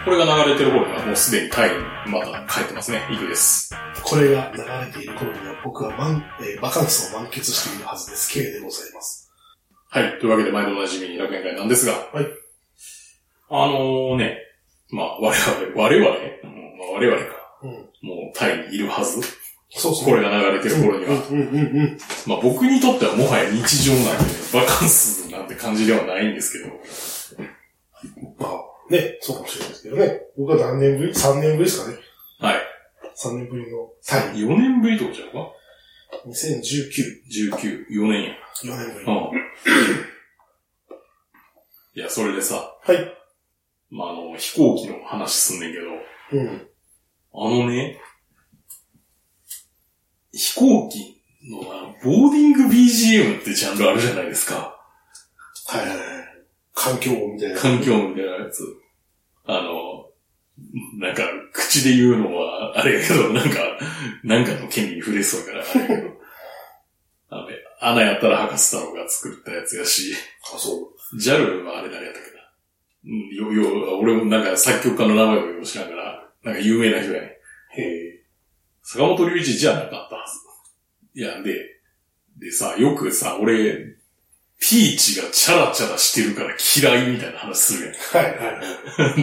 これが流れてる頃にはもうすでにタイにまた帰ってますね。イグです。 これが流れている頃には僕はバカンスを満喫しているはずです。K でございます。 はい。というわけで毎度おなじみに楽園会なんですが。 はい。 まあ我々か。 うん、 もうタイにいるはず。 そうそう。 これが流れてる頃には。まあ僕にとってはもはや日常なんで、バカンスなんて感じではないんですけど。 まあね、そうかもしれないですけどね。僕は何年ぶり ?3 年ぶりですかね。 はい。 3年ぶりのタイ。 4年ぶりとかじゃうか ?2019。 4年や。 4年ぶり。 うん。いや、それでさ。 はい。 まあ飛行機の話すんねんけど。 うん。 飛行機のボーディング BGM ってジャンルあるじゃないですか。 はいはいはい。環境みたいな。 環境みたいなやつ。なんか、口で言うのは、あれやけど、なんかの権利に触れそうやから、あれやけど。穴やったら博士太郎が作ったやつやし。 あ、そう。 JAL はあれ誰やったっけな。俺もなんか作曲家の名前をよく知らんから、なんか有名な人やね。 へえ。 坂本龍一じゃなかったはず。いや、でさ、よくさ、俺、ピーチがチャラチャラしてるから嫌いみたいな話するやん。 はいはいはい。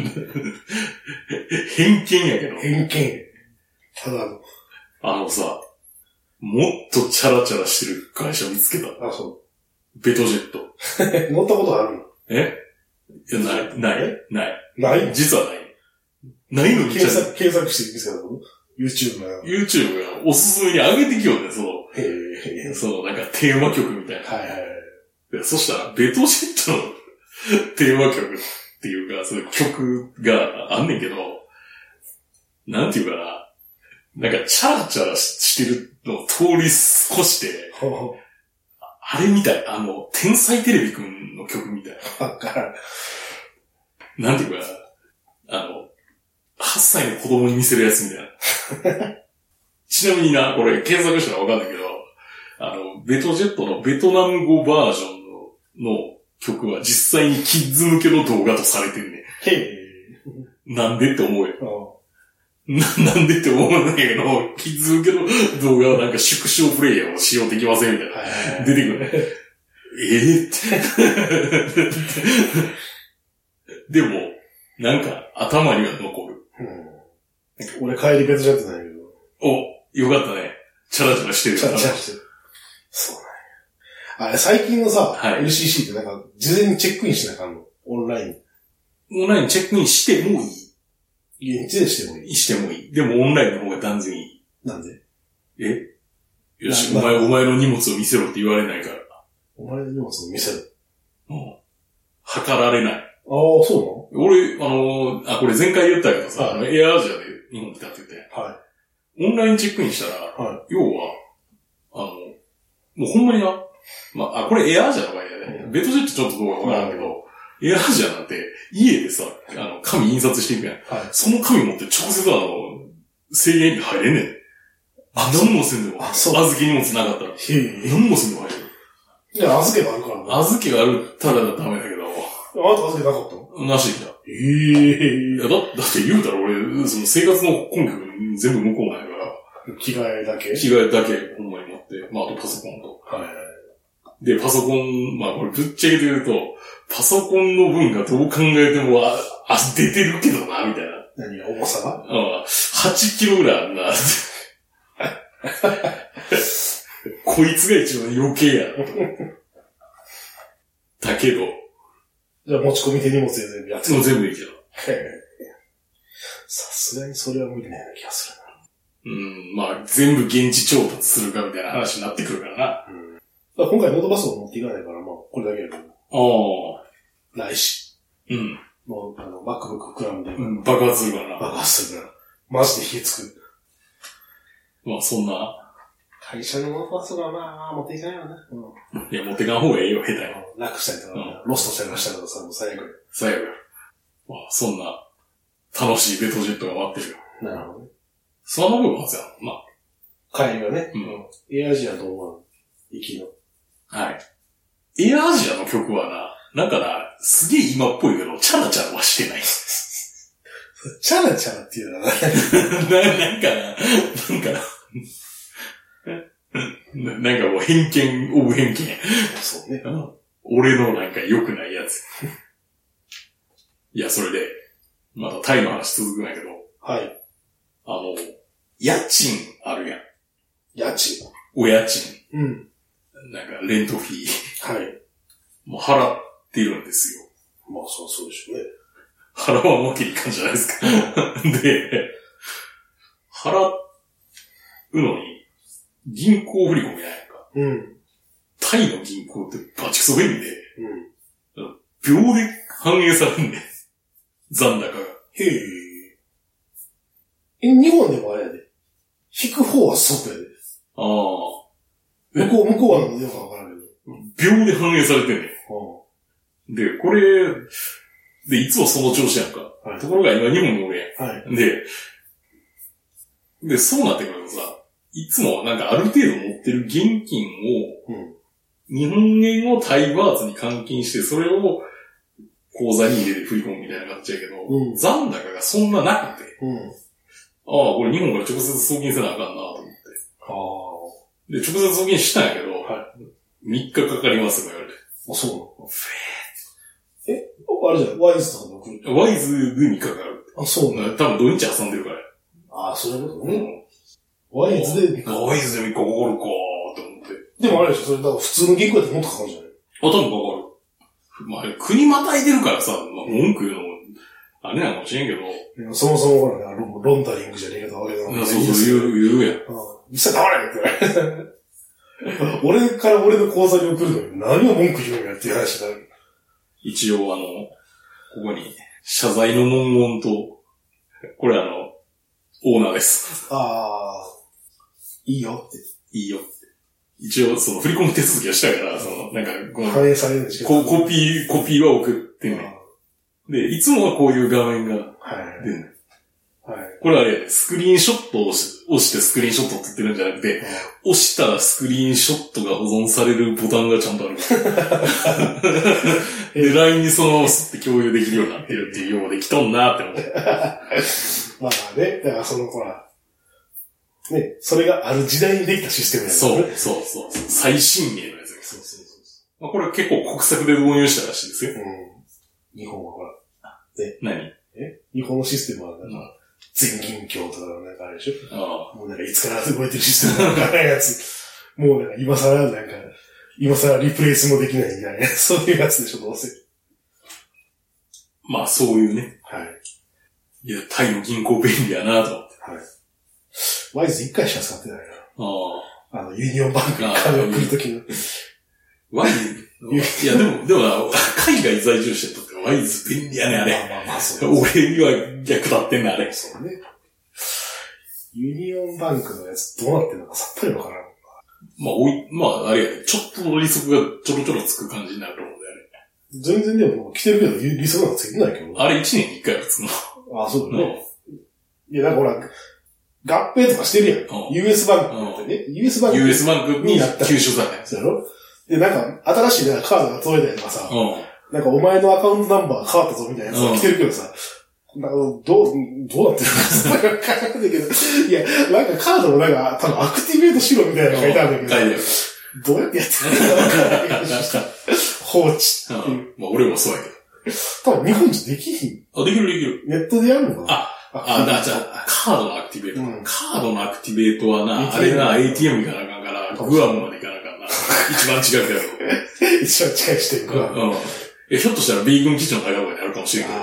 偏見やけど。 偏見。たださ、もっとチャラチャラしてる会社見つけた。 あ、そう。 ベトジェット。 乗ったことあるの？ いや、ない。 ない実はない。ないのに検索して見つけたの？ YouTube がおすすめに上げてきようね、なんかテーマ曲みたいな。 はいはいはい。 そしたら、ベトジェットのテーマ曲っていうか、そういう曲があんねんけど、なんていうかな、なんかチャラチャラしてるのを通り越して、あれみたい、天才テレビくんの曲みたいな。 わからん。 なんていうかな、8歳の子供に見せるやつみたいな。ちなみにな、これ検索したらわかんないけど、ベトジェットのベトナム語バージョンの曲は実際にキッズ向けの動画とされてるね。 へえ。 なんでって思うよ。なんでって思うんだけど、キッズ向けの動画はなんか縮小プレイヤーを使用できませんみたいな。出てくる。って。でも、なんか頭には残る。 俺帰りベトジェットなんやけど。 よかったね。チャラチャラしてる。 チャラチャラしてる。そうなんや。あれ、最近のさ、はい、LCC ってなんか、事前にチェックインしなあかんの？オンラインチェックインしてもいい。 現地でしてもいい。 してもいい。でもオンラインの方が断然いい。 なんで？ よし、お前の荷物を見せろって言われないから。 お前の荷物を見せろ。 測られない。 ああ、そうなの？俺、これ前回言ったけどさ、エアアジアで日本来たって言って。 はい。 オンラインチェックインしたら、はい、要は、もうほんまにな、これエアアジアの場合だね。ベトジェットちょっとどうかわからんけど、エアアジアなんて家でさ、紙印刷していくやん。はい、その紙持って直接制限に入れんねん。何もせんでも。預け荷物なかったら。何もせんでも入れる。 いや、預けがあるからね。 預けがあるたらダメだけど。 あなた預けなかったの？ なしで来た。いや、だって言うたら俺、その生活の根拠全部向こうないから。 着替えだけ、 ほんまに持って。あとパソコンと。はい。で、パソコン、これぶっちゃけて言うと、パソコンの分がどう考えても、出てるけどな、みたいな。 何が重さが 8キロぐらいあんな。こいつが一番余計や。だけど。 じゃあ持ち込み手荷物で全部やってる。 全部いいけど。 さすがにそれは無理なような気がするな。全部現地調達するかみたいな話になってくるからな。 今回ノートバスを持っていかないから、これだけやけど。ないし。もう、MacBook クラムで。 爆発するからな。 爆発するから。マジで火つく。 そんな。 会社のノートバスは持っていかないよな。 いや、持っていかん方がええよ、下手よ。 なくしたりとか、ロストしたりしたらさ、もう最悪。 最悪。そんな、楽しいベトジェットが待ってるよ。 なるほどね。 その部分はずやもんな。 帰りはね。エアアジアどう思う？行きの。 はい。エアアジアの曲はなんかすげえ今っぽいけど、チャラチャラはしてない。 チャラチャラっていうのはなんかもう偏見、オブ偏見。 そうね。 俺のなんか良くないやつ。いや、それで、またタイの話続くんだけど。 はい。 家賃あるやん。 家賃。 お家賃。 うん。 なんか、レントフィー。 はい。 もう払ってるんですよ。 まあ、そうでしょうね。 払わんわけにいかんじゃないですか。で、払うのに、銀行振り込みやんか。 うん。 タイの銀行ってバチクソ便利で、 うん。 秒で反映されんねん。残高が。 へえ。日本でもあれやで。引く方は即やで。 ああ。 向こうはよくわからんけど。秒で反映されてんねん。で、これ、で、いつもその調子やんか。はい、ところが今日本におるやん。はい。で、そうなってくるとさ、いつもなんかある程度持ってる現金を、日本円をタイバーツに換金して、それを口座に入れて振り込むみたいな感じやけど、残高がそんななくて、ああ、これ日本から直接送金せなあかんなと思って。で、直接送金したんやけど、3日かかりますとか言われて。 あ、そうなの？あれじゃん、ワイズとかで送る。 ワイズで3日かかる。 あ、そうなの？ 多分土日挟んでるから。 ああ、そういうことね。ワイズで3日。 ワイズで3日かかるかーって思って。 でもあれでしょ、それだから普通の銀行だともっとかかるんじゃない？ 多分かかる。まあ、国またいでるからさ、文句言うのも、あれなんかもしれんけど。 そもそもほらね、ロンダリングじゃねえけど、あれだな。 そう言うやん。 実際黙れって言われて。俺から俺の口座に送るのに何を文句言うんやっていう話になる。 一応ここに、謝罪の文言と、これオーナーです。 ああ、いいよって。 いいよって。一応、振り込む手続きはしたから、なんか、 反映されるんですけど。 コピーは送ってね。で、いつもはこういう画面が出るね。はい。これはあれ、スクリーンショットを押してスクリーンショットって言ってるんじゃなくて、押したらスクリーンショットが保存されるボタンがちゃんとある。で、LINE にそのままスッて共有できるようになってるっていうようできとんなって思って。 まあね、だからほら、ね、それがある時代にできたシステムやね。そう。最新鋭のやつです。そう。まあ、これ結構国策で導入したらしいですよ。 日本はほら。 ね。何？ 日本のシステムはなんか、全銀協とかなんかあれでしょ？もうなんかいつから動いてるシステムなんかないやつ。もうなんか今更リプレイスもできないみたいな、そういうやつでしょ、どうせ。 まあそういうね。 はい。 いや、タイの銀行便利やなと思って。 はい。ワイズ1回しか使ってないな。ユニオンバンクに金を送るときの。 ワイズいや、でも海外在住してるとワイズ便利やね、あれ。まあ、そう。俺には役立ってんね、あれ。 そうね。ユニオンバンクのやつどうなってんのかさっぱりわからん。 まあ、あれやね、ちょっとの利息がちょろちょろつく感じになると思うんだよね。 全然でも来てるけど、利息なんかついてないけど。 あれ1年に1回はつくの。 あ、そうだね。いや、だからほら、合併とかしてるやん。US バンクってね。US バンクに吸収されたやつやろ？で、なんか、新しいカードが届いたりとかさ、なんかお前のアカウントナンバー変わったぞみたいなやつが来てるけどさ、なんかどうなってるのかわからないけど、いや、なんかカードもなんか、多分アクティベートしろみたいなのが書いてあるんだけど、どうやってやってるのかわからないけど、放置っていう。 まあ俺もそうやけど。多分日本人できひん。 あ、できる。 ネットでやるのかな？ じゃあ、カードのアクティベート。カードのアクティベートはな、あれな、ATM 行かなあかんから、グアムまで行かなあかんな。一番近くやろ。 一番近い視点、グアム。 ひょっとしたら米軍基地の高い方にあるかもしれんけど。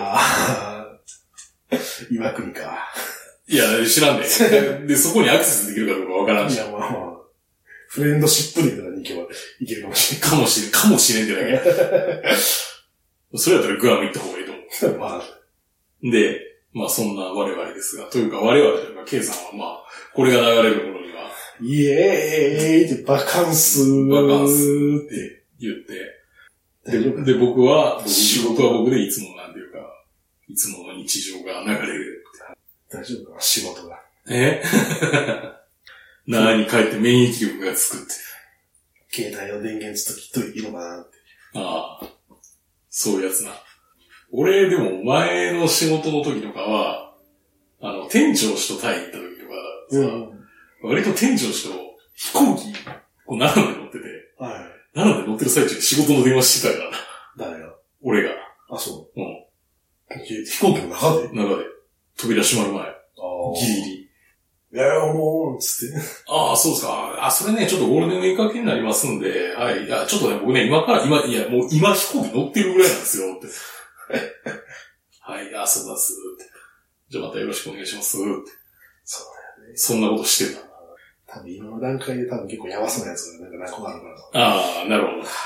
岩国か。 いや、知らんで。で、そこにアクセスできるかどうかわからんし。 いや、まあ。フレンドシップデーとかに行けばいけるかもしれん。 かもしれんってだけ。それやったらグアム行った方がいいと思う。まあ。で、まあそんな我々ですが、というか我々というか、K さんはまあ、これが流れる頃には、 イエーイってバカンスって言って、で、僕は、仕事は僕でいつもなんていうか、いつもの日常が流れる。 大丈夫かな仕事が。 何帰って免疫力がつくって。 携帯の電源つときっといいのかなって。 そういうやつな。俺、でも前の仕事の時とかは、 店長氏とタイ行った時とか、割と店長氏と飛行機、こう、奈良で乗ってて、奈良で乗ってる最中に仕事の電話してたからな。 誰が？ 俺が。 あ、そう。 うん。 飛行機の中で？ 扉閉まる前。ギリギリ。 いや、もう、つって。 ああ、そうですか。それね、ちょっとゴールデンウィーク明けになりますんで、はい。いや、ちょっとね、僕ね、もう今飛行機乗ってるぐらいなんですよ、って。はい、そうだっす、って。じゃあまたよろしくお願いします、って。 そうだよね。 そんなことしてた。 多分今の段階で結構やばそうなやつが何個かあるから。 ああ、なるほど。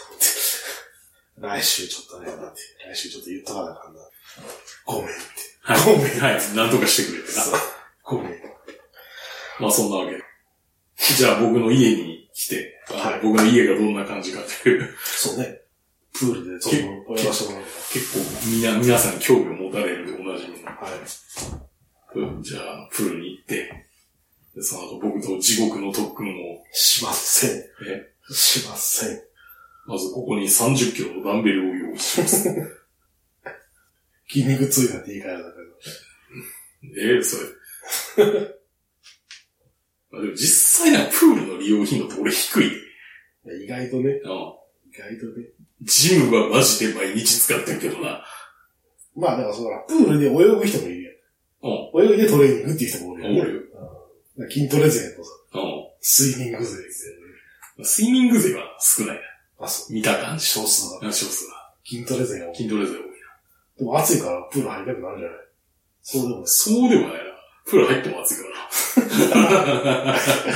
来週ちょっとね、来週ちょっと言っとかなあかんな。ごめんって。 はい。 ごめん。 はい。なんとかしてくれてな。 ごめん。 まあそんなわけで。じゃあ僕の家に来て、僕の家がどんな感じかっていう。 そうね。プールでちょっと泳がしてもらう結構皆さん興味を持たれるでおなじみの。はい。じゃあ、プールに行って、でその後僕と地獄の特訓を。 しません。しません。 まずここに30キロのダンベルを用意します。 筋肉痛いなって言い換えだけど。 それ。でも実際なプールの利用頻度って俺低い。 意外とね。意外とね。 ジムはマジで毎日使ってるけどな。 まあだからそうだ、プールで泳ぐ人もいるやん。泳いでトレーニングっていう人もおるやん。おるよ。筋トレ勢とさ。スイミング勢。 スイミング勢は少ないな。 あ、そう。 見た感じ。 少数は。 少数は。 筋トレ勢が多い。 筋トレ勢多いな。 でも暑いからプール入りたくなるんじゃない？そうでもない。 そうでもないな。プール入っても暑いからな。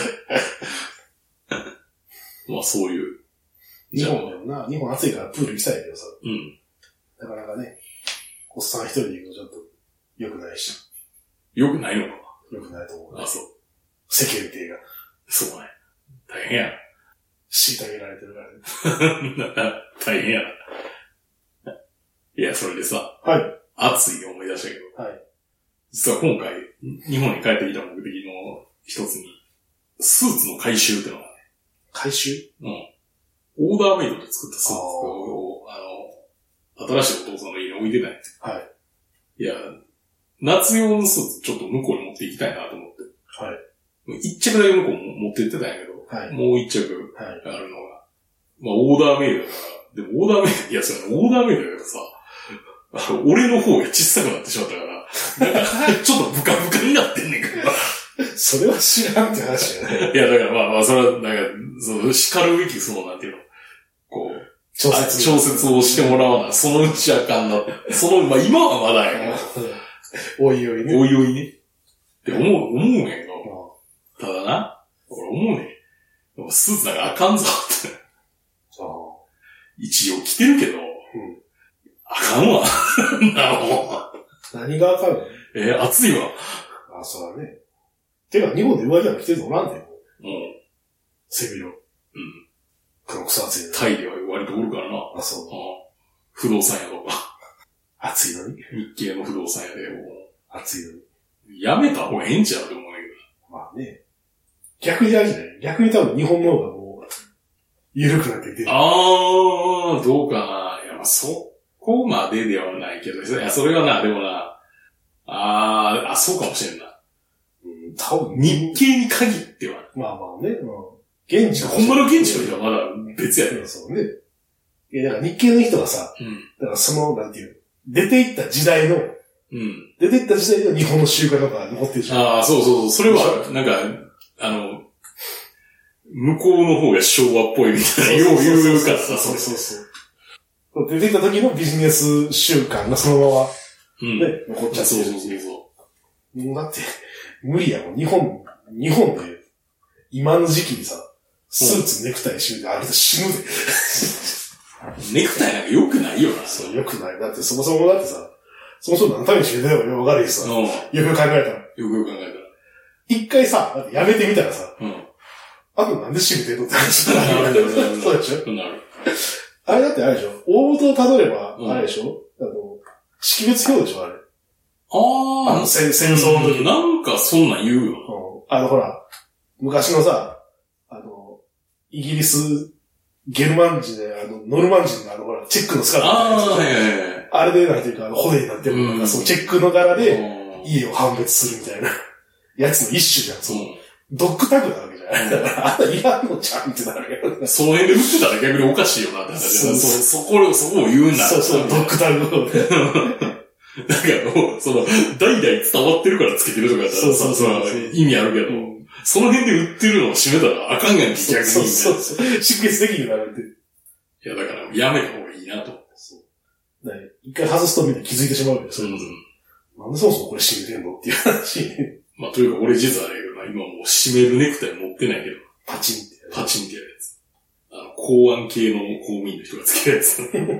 まあそういう。 日本だよな。日本暑いからプール行きたいけどさ。 うん。 なかなかね、おっさん一人で行くとちょっと良くないし。 良くないのかな？ 良くないと思う。 あ、そう。 世間体が。 そうね。大変やな。 虐げられてるからね。 大変やな。いや、それでさ。 はい。 暑い思い出したけど。 はい。 実は今回、日本に帰ってきた目的の一つに、スーツの回収ってのがね。 回収？ うん。オーダーメイドで作ったスーツを、新しいお父さんの家に置いてたんですよ。 はい。 いや、夏用のスーツちょっと向こうに持っていきたいなと思って。 はい。 一着だけ向こうも持って行ってたんやけど、 はい、 もう一着あるのが、まあオーダーメイドだから、でもオーダーメイド、いや、それオーダーメイドだからさ、俺の方が小さくなってしまったから、なんかちょっとブカブカになってんねんけど。 それは知らんって話じゃない。 いや、だからまあそれは、なんか、叱るべき、なんていうの、こう、調節をしてもらわな、そのうちあかんなって。まあ今はまだやけど。 おいおいね。 おいおいね。って思うんやけど、ただな、俺思うねん。スーツだからあかんぞって。一応着てるけど、あかんわ。 何があかんの？ 暑いわ。 あ、そうだね。てか、日本で上着なんか着てるのおらんねん。背広。黒草暑いね。 タイでは割とおるからな。 あ、そう。 不動産屋とか。 暑いのに？ 日系の不動産屋で暑いのに。 やめた方がええんちゃうと思うんだけど。まあね。逆にあるじゃない？逆に多分日本の方がもう、緩くなっていってる。 どうかな。いや、まあ、そこまでではないけど、いや、それはな、でもな、そうかもしれんな。 多分。 日系に限っては。 まあまあね。現地ほんまの現地の人はまだ別やね。 そうね。いや、だから日系の人がさ、だからなんていう、出て行った時代の、出て行った時代の日本の習慣とか残ってるじゃん。 ああ、そう。それは、なんか、向こうの方が昭和っぽいみたいな、よう言うからさ、 そう。出てきた時のビジネス習慣がそのまま、ね、残っちゃってる。そう。もうだって、無理やもん。日本で、今の時期にさ、スーツネクタイしてるで、あれで死ぬで。 ネクタイなんか良くないよな。 そう、良くない。だってそもそもだってさ、そもそも何のためにしてるのかよくわかるしさ、よく考えたら。一回さ、だってやめてみたらさ、あとなんで締めてんのって話になる。そうでしょ？あれだってあれでしょ？大元をたどれば、あれでしょ？識別表でしょあれ。戦争の時。 なんかそんなん言うよ。 ほら、昔のさ、イギリス、ゲルマン人で、ノルマン人のほら、チェックのスカートみたいなやつ。あれでなんていうか、骨になってるのが、そのチェックの柄で、 家を判別するみたいなやつの一種じゃん。そのドッグタグなわけじゃない。だから、あんたいらんのちゃんってなるよ。 その辺で売ってたら逆におかしいよなって話。そこを言うんだ。 そう、ドッグタグを。 だから、その、代々伝わってるからつけてるとかだったらさ、意味あるけど、その辺で売ってるのを閉めたらあかんやんけ、逆に。 そう。出血できるようになるって。 いや、だから、やめた方がいいなと。 一回外すとみんな気づいてしまうけど、そういうこと。なんでそもそもこれ締めてんのっていう話。 まあ、というか、俺実はね、今もう締めるネクタイ持ってないけど。 パチンってやるやつ。公安系の公務員の人がつけるやつ。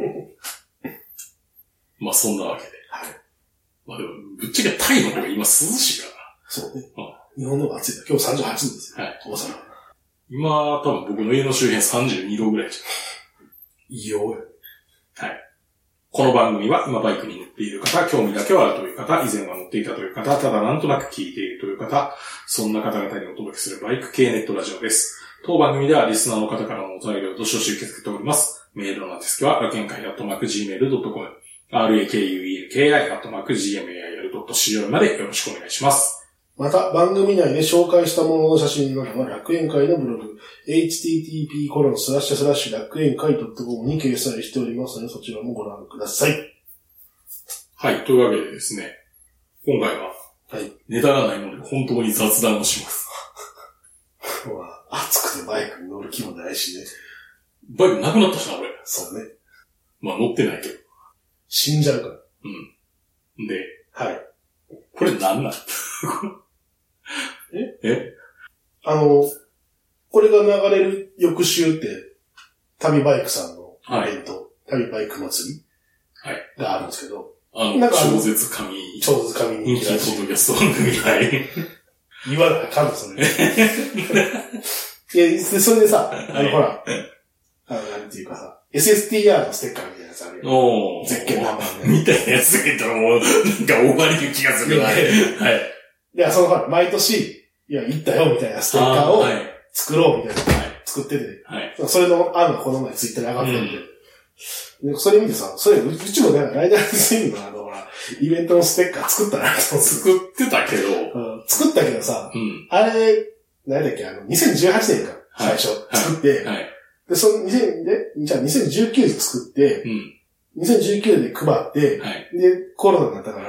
まあ、そんなわけで。 はい。 まあでも、ぶっちゃけタイの方が今涼しいからな。 そうね。日本の方が暑いから、今日38度ですよ。はい。大阪。 今、多分僕の家の周辺32度ぐらいじゃん。 いいよ。 はい。この番組は今バイクに乗っている方、興味だけはあるという方、以前は乗っていたという方、ただなんとなく聞いているという方、そんな方々にお届けするバイク系ネットラジオです。当番組ではリスナーの方からのお便りをどしどし受け付けております。メールの宛先は、楽園会@gmail.com、rakuenkai@gmail.co までよろしくお願いします。 また、番組内で紹介したものの写真などは楽園会のブログ、http:// 楽園会.com に掲載しておりますので、そちらもご覧ください。 はい、というわけでですね、今回は、ネタがないので本当に雑談をします。 まあ、暑くてバイクに乗る気もないしね。 バイクなくなったしな、俺。 そうね。 まあ乗ってないけど。 死んじゃうから。 うん。で、 はい。 これなんなんえこれが流れる翌週って、旅バイクさんのイベント、旅バイク祭りがあるんですけど、 超絶神人気ポッドキャスト番組、はい。 言わなあかんの、それ。いや、それでさ、ほら、なんていうかさ、SSTR のステッカーみたいなやつあるよ。絶景ナンバーみたいなやつが言ったらもう、なんか終わりの気がするな。はい。 で、そのほら、毎年、行ったよみたいなステッカーを作ろうみたいな、作ってて、それの案がこの前ツイッターに上がってるんで、でそれ見てさ、うちもね、ライダーズスイングのイベントのステッカー作ったなと思って。 作ってたけど、 作ったけどさ、あれ、何だっけ、2018年か、最初、作って、で、じゃあ2019年作って、2019年で配って、で、コロナになったから。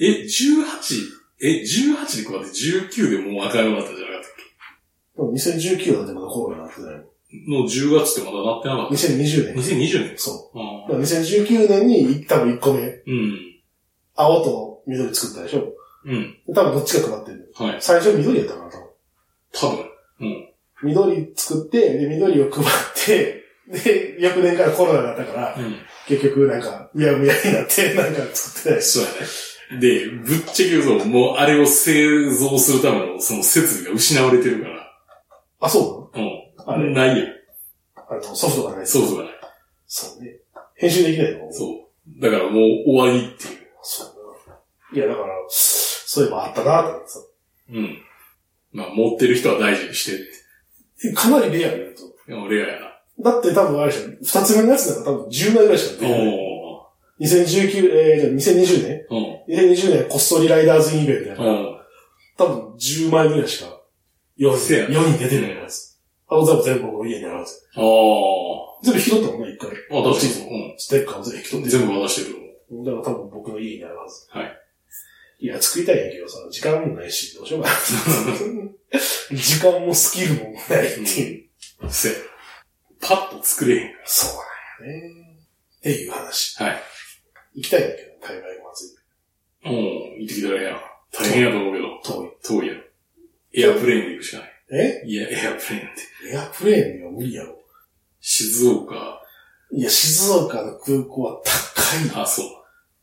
18で配って19でもう赤いようになったんじゃなかったっけ？ 2019はでもまだコロナになってないの10月ってまだなってなかった。 2020年。 2020年そう。2019年に多分1個目。青と緑作ったでしょ。多分どっちが配ってるの。最初緑やったかな、 多分。 緑作って、で、緑を配って、で、翌年からコロナになったから、結局なんか、うやむやになって、なんか作ってない。 そうやね。で、ぶっちゃけ言うと、もうあれを製造するためのその設備が失われてるから。 あ、そうなの？ないやん。 ソフトがない。 ソフトがない。 そうね。編集できないの？ そう。だからもう終わりっていう。 そうだ。いや、だから、そういえばあったなと思ってさ。 まあ、持ってる人は大事にして。 かなりレアやると。 レアやな。 だって多分あれでしょ、二つ目のやつなんか多分10枚ぐらいしか出てない。2020年2020年こっそりライダーズイベントやから、多分10枚ぐらいしか4人出てないやつ。全部僕の家にあるんですよ。全部拾ったもんね、一回。 確かに。 ステッカーも全部拾って全部渡してるの。だから多分僕の家にあるはず。 はい。 いや、作りたいんやけどさ、時間もないし、どうしようかな。時間もスキルもないっていう。 パッと作れへん。 そうなんやね。っていう話。 はい。 行きたいんだけど、海外祭り。 行ってきたらええやん。大変やと思うけど。遠いやろ。エアプレーンで行くしかない。いや、エアプレーンって。 エアプレーンでは無理やろ。 静岡。 いや、静岡の空港は高い。 あ、そう。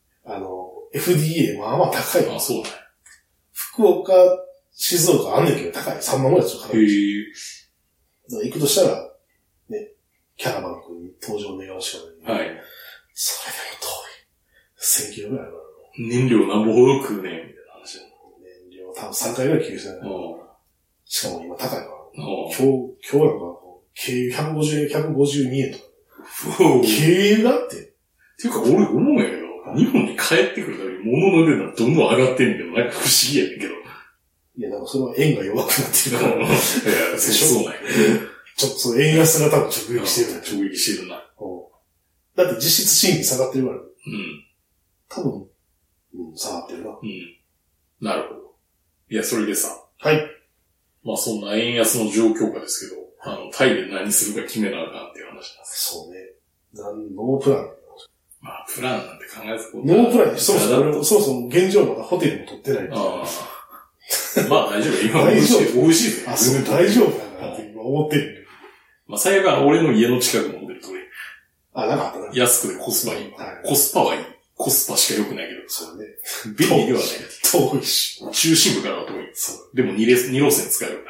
FDA まあまあ高い。 あ、そうね。 福岡、静岡あんねんけど高い。3万ぐらいちょっと高い。行くとしたら、ね、キャラバン君に登場願うしかない。はい。それでも遠い。1000キロぐらいあるから。 燃料なんぼほど食うねん、みたいな話。 燃料多分3回ぐらい給油してない。しかも今高いから。今日なんか、軽油152円とか。軽油だって。 っていうか、俺思うんやけど、 日本に帰ってくるたびに物の値段どんどん上がってんねんけど、なんか不思議やねんけど。 いや、なんかそれは円が弱くなってるから。いや、 そうなんや。 ちょっとその円安が多分直撃してるね。 直撃してるな。 だって実質賃金下がってるから。 うん。 多分、下がってるな。 うん。なるほど。いや、それでさ。 はい。 まあそんな円安の状況下ですけど、タイで何するか決めなあかんっていう話なんです。 そうね。ノープラン。 まあ、プランなんて考えずこノープランに、そもそも現状まだホテルも取ってない。 ああ。まあ大丈夫。今美味しいぜ。 あ、そう、大丈夫だなって今思ってる。 まあ最悪は俺の家の近くのホテル取れ。 あ、なかったな。 安くでコスパいい。コスパはいい。コスパしか良くないけど。 そうね。 便利ではない。 遠いし。 中心部からは遠い。そう。でも2路線使えるから。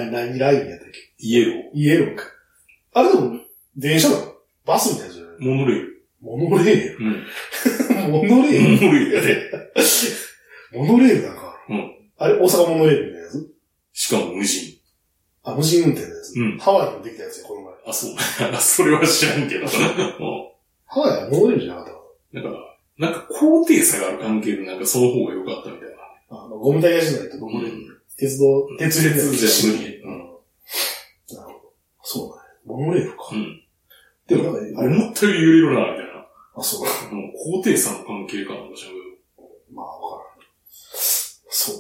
何ラインやったっけ？ イエローか。あれでも、電車なの？バスみたいなじゃない？ モノレール。 モノレール？ うん。 モノレール？ モノレールやで。 モノレールなんか。 うん。 あれ、大阪モノレールみたいなやつ？ しかも無人。 あ、無人運転のやつ？ うん。 ハワイにもできたやつや、この前。 あ、そう。それは知らんけど。 ハワイはモノレールじゃなかったかな。なんか高低差がある関係でなんかその方が良かったみたいな。 ゴムタイヤじゃないとモノレール。鉄じゃ無理。 なるほど。そうだね。モノレールか。 うん。 でもなんか、 思ったより揺れるな、みたいな。 あ、そうだ。 高低差の関係かなんか知らんけど。 まあ、わからん。そう。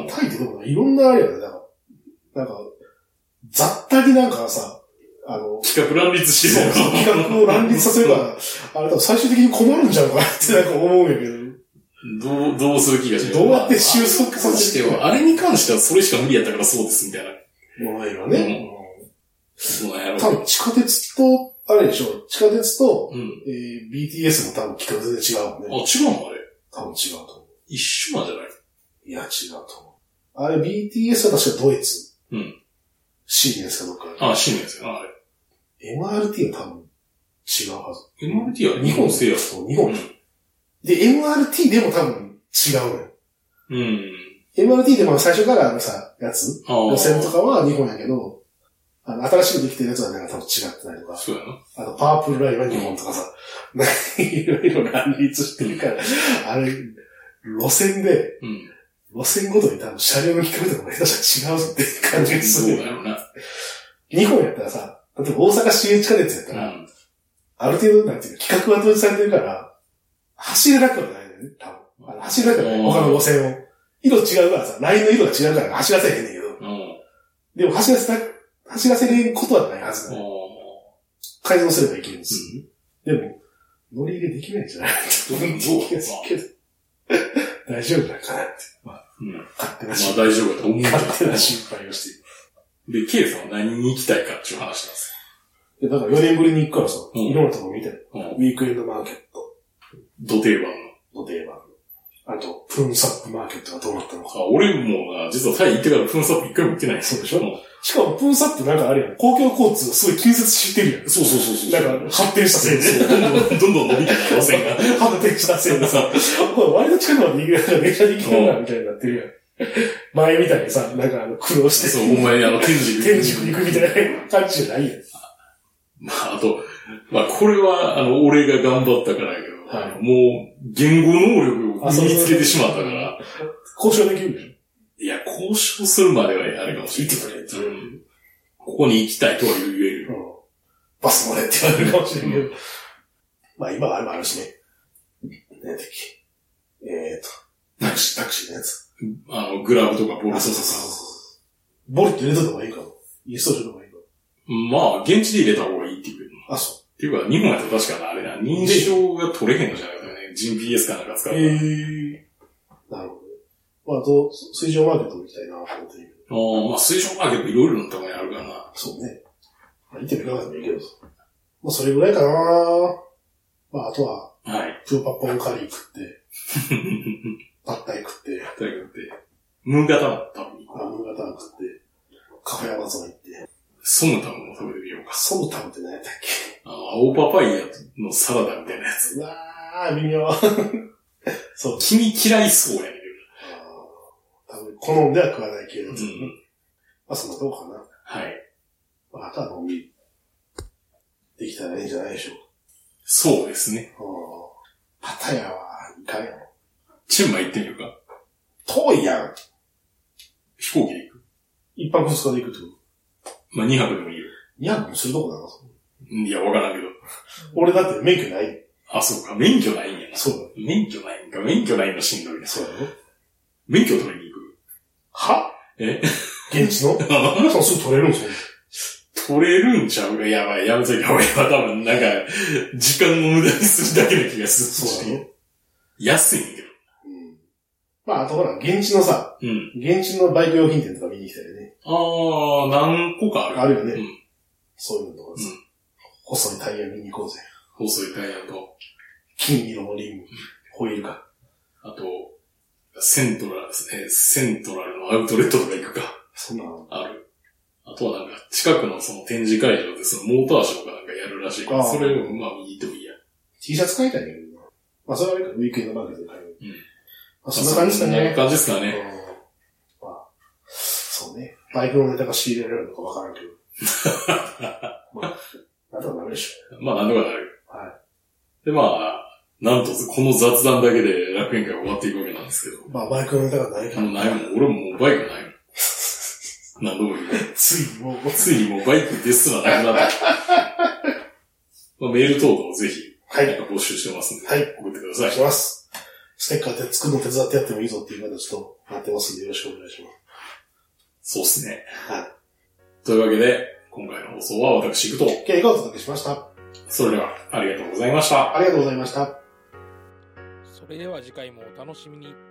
タイってでもいろんなあれやね。なんか、雑多になんかさ、 企画乱立してる。 そう、企画を乱立させるから、あれ多分最終的に困るんちゃうかなってなんか思うんやけど。 どうする気がしない。 どうやって収束させてあれに関してはそれしか無理やったからそうです、みたいな。 ものやね。 そうなんやろ。 多分地下鉄と、あれでしょ、地下鉄と、BTS も多分企画全然違うもんね。 あ、違うのあれ。 多分違うと思う。 一緒なんじゃない？ いや、違うと思う。あれ BTS は確かドイツ。 うん。 シーネスかどっか。 あ、シーネスよな、あれ。 MRT は多分違うはず。 MRT は日本製や。 そう、日本。で、MRT でも多分違うのよ。 うん。 MRT でも最初からやつ路線とかは日本やけど、新しくできてるやつはなんか多分違ってないとか。 そうやな。 パープルラインは日本とかさ、いろいろ乱立してるから、あれ、路線で、路線ごとに多分車両の規格とかも下手したら違うって感じがする。 そうだよな。 日本やったらさ、例えば大阪市営地下鉄やったら、ある程度なんていうか規格は統一されてるから、走れなくはないのよね、多分。走れなくはない、他の路線を。色違うからさ、ラインの色が違うから走らせへんねんけど。でも走らせれることはないはずだね。改造すればいけるんです。でも、乗り入れできないんじゃないと思う気がするけど。大丈夫だからって。勝手な心配。 大丈夫だと思う。 勝手な心配をしている。 で、K さんは何に行きたいかっていう話なんですよ。だから4年ぶりに行くからさ、いろんなとこ見てる。ウィークエンドマーケット。 土定番の。あと、プンサップマーケットがどうなったのか。 俺も実はタイ行ってからプンサップ一回も行ってない。 そうでしょ？しかもプンサップなんかあれやん。公共交通すごい近接してるやん。 そう。 なんか発展したせいで。 どんどん伸びてる路線が。 発展したせいでさ、これ割と近くまで行けるから電車で行けるな、みたいになってるやん。前みたいにさ、なんか苦労して。 そう、お前天竺行くみたいな感じじゃないやん。 あと、これは俺が頑張ったからやけど、もう言語能力を身につけてしまったから。 交渉できるでしょ？ いや、交渉するまではあれかもしれない。 言ってくれ。 ここに行きたいとは言える。 バス乗れって言われるかもしれんけど。今はあれもあるしね。何だっけ。タクシーのやつ。 グラブとかボルトとか。 ボルト入れとった方がいいかも。インストールした方がいいか。 現地で入れた方がいいって言うけど。 あ、そう。 っていうか、日本やったら確かにあれな、認証が取れへんのじゃないかね。GPS かなんか使うから。 なるほど。あと、水上マーケットも行きたいなと思ってるけど。水上マーケットいろいろなとこにあるからな。 そうね。行ってみなかったらいいけど。それぐらいかな。あとは、プーパッポンカリー食って、パッタイ食って、 ムーガタン食べに行こう。 ムーガタン食って、カフェアマゾン行って、 ソムタムも食べてみようか。 ソムタムって何やったっけ？ 青パパイヤのサラダみたいなやつ。 うわー、微妙。 そう。君嫌いそうやねんけど。多分、好んでは食わない系のやつ。そんなとこかな。 はい。 あとは飲み、できたらいいんじゃないでしょうか。 そうですね。 パタヤはいかんやろ。 チェンマイ行ってみるか。 遠いやん。 飛行機で行く。 一泊二日で行くってこまあ、2泊でもいいよ。 と ?2 泊もするとこなの？ いや、わからんけど。 俺だって免許ない。 あ、そうか。免許ないんやな。 そうだ。 免許ないんか。免許ないのしんどいな。 そうだよ。 免許取りに行く。 は？ え現地のそうすぐ取れるんですよ。取れるんちゃうか。やばい、やめといた方がいいわ。多分、なんか、時間を無駄にするだけな気がする。 そうだよ。 安いんだけど。 まあ、あとほら、現地のさ、現地のバイク用品店とか見に来たよね。 ああ、何個かある。 あるよね。そういうのとかさ、細いタイヤ見に行こうぜ。 細いタイヤと、 金色のリム、ホイールか。 あと、セントラルですね。セントラルのアウトレットとか行くか。 そんなのある。あとはなんか、近くのその展示会場でそのモーターショーかなんかやるらしいから、それをまあ見に行ってもいいや。 T シャツ買いたいんだけどな。まあそれはあれか、ウィークエンドマーケットで買える。まあそんな感じですかね。 そんな感じですかね。 まあ、そうね。バイクのネタが仕入れられるのかわからんけど。まあ、なんとかなるでしょ。 まあなんとかなる。 はい。 でまあ、なんとこの雑談だけで楽園会が終わっていくわけなんですけど。 まあバイクのネタがないから。 ないもん。俺ももうバイクないもん。何度も言う。 ついにもうバイクですらなくなった。まあ、メール等々をぜひ、 はい。 募集してますんで、 はい。 送ってください。 お願いします。ステッカーで作るの手伝ってやってもいいぞっていう形となってますんでよろしくお願いします。 そうっすね。 はい。 というわけで、今回の放送は私、グと、 ケイがお届けしました。 それでは、ありがとうございました。 ありがとうございました。 それでは次回もお楽しみに。